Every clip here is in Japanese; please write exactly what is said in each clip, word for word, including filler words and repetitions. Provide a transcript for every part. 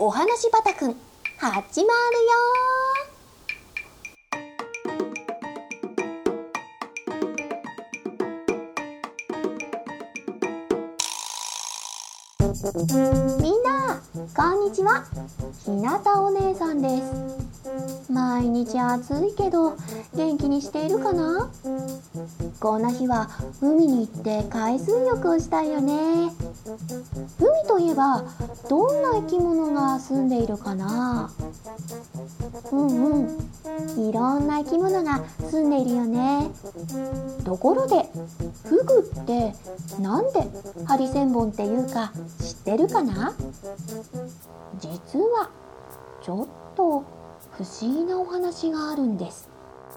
おはなしバタくん始まるよ。みんなこんにちは、ひなたお姉さんです。毎日暑いけど元気にしているかな？こんな日は海に行って海水浴をしたいよね。海といえばどんな生き物が住んでいるかな？うんうん、いろんな生き物が住んでいるよね。ところでフグってなんでハリセンボンっていうか知ってるかな？実はちょっと不思議なお話があるんです。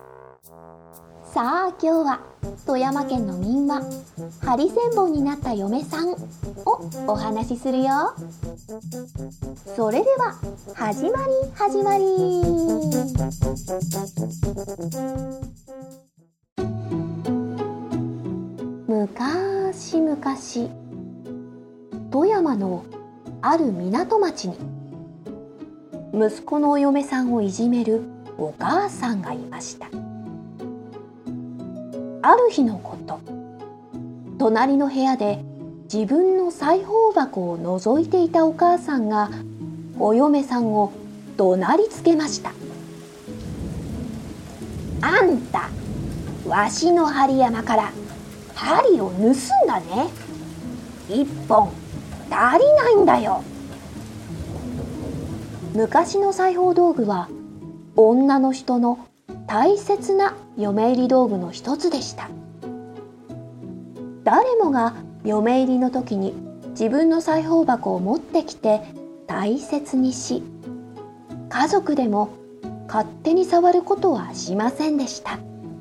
さあ今日は富山県の民話ハリセンボンになった嫁さんをお話しするよ。それでは始まり始まり。むかしむかし、富山のある港町に息子のお嫁さんをいじめるお母さんがいました。ある日のこと、隣の部屋で自分の裁縫箱を覗いていたお母さんがお嫁さんを怒鳴りつけました。あんた、わしの針山から針を盗んだね。一本足りないんだよ。昔の裁縫道具は女の人の大切な嫁入り道具の一つでした。誰もが嫁入りの時に自分の裁縫箱を持ってきて大切にし、家族でも勝手に触ることはしませんでした。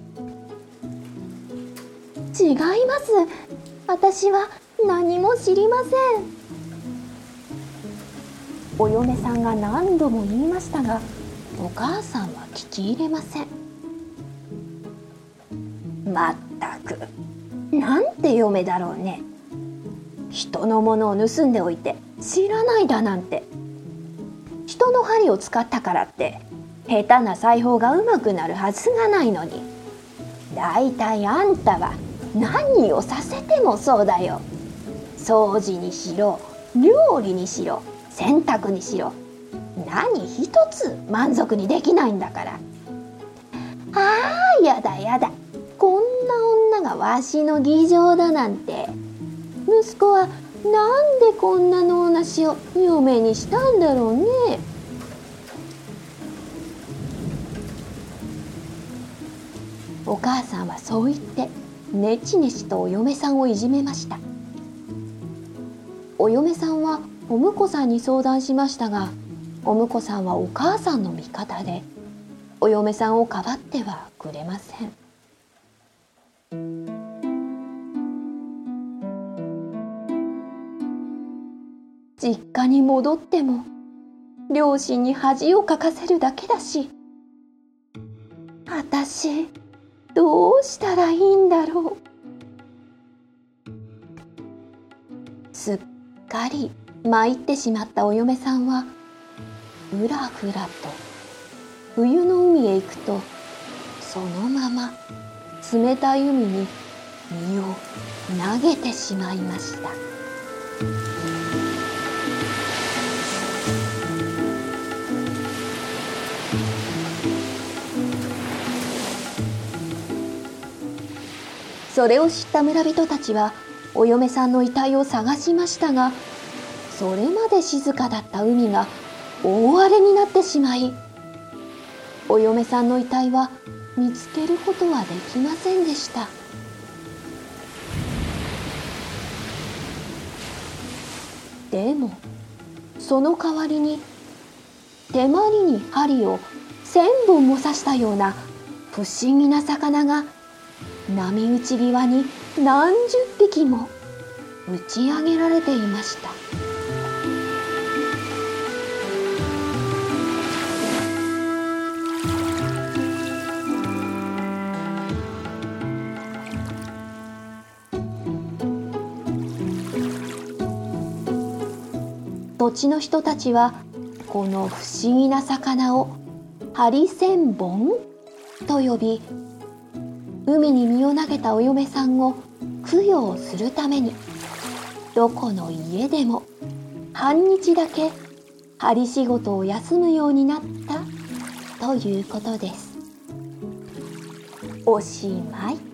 違います。私は何も知りません。お嫁さんが何度も言いましたが、お母さんは聞き入れません。まったく、なんて嫁だろうね。人のものを盗んでおいて知らないだなんて。人の針を使ったからって下手な裁縫がうまくなるはずがないのに。だいたいあんたは何をさせてもそうだよ。掃除にしろ、料理にしろ、洗濯にしろ、何一つ満足にできないんだから。ああ、やだやだ。こんな女がわしの義女だなんて。息子はなんでこんな能なしを嫁にしたんだろうね。お母さんはそう言ってねちねちとお嫁さんをいじめました。お嫁さんはお婿さんに相談しましたが、お婿さんはお母さんの味方でお嫁さんをかばってはくれません。実家に戻っても両親に恥をかかせるだけだし、あたしどうしたらいいんだろう。すっかり参ってしまったお嫁さんはふらふらと冬の海へ行くと、そのまま冷たい海に身を投げてしまいました。それを知った村人たちはお嫁さんの遺体を探しましたが、それまで静かだった海が大荒れになってしまい、お嫁さんの遺体は見つけることはできませんでした。でもその代わりに手まりに針を千本も刺したような不思議な魚が波打ち際に何十匹も打ち上げられていました。土地の人たちはこの不思議な魚をハリセンボンと呼び、海に身を投げたお嫁さんを供養するために、どこの家でも半日だけ針仕事を休むようになったということです。おしまい。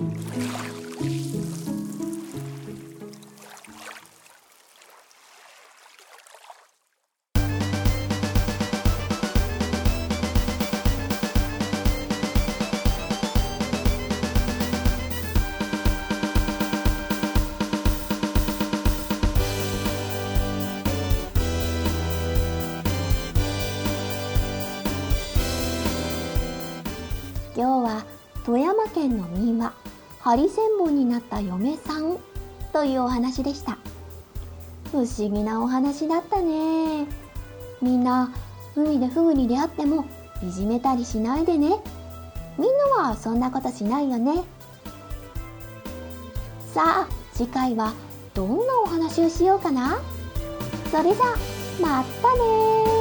今日は富山県の民話ハリセンボンになった嫁さんというお話でした。不思議なお話だったね。みんな海でフグに出会ってもいじめたりしないでね。みんなはそんなことしないよね。さあ次回はどんなお話をしようかな。それじゃまたね。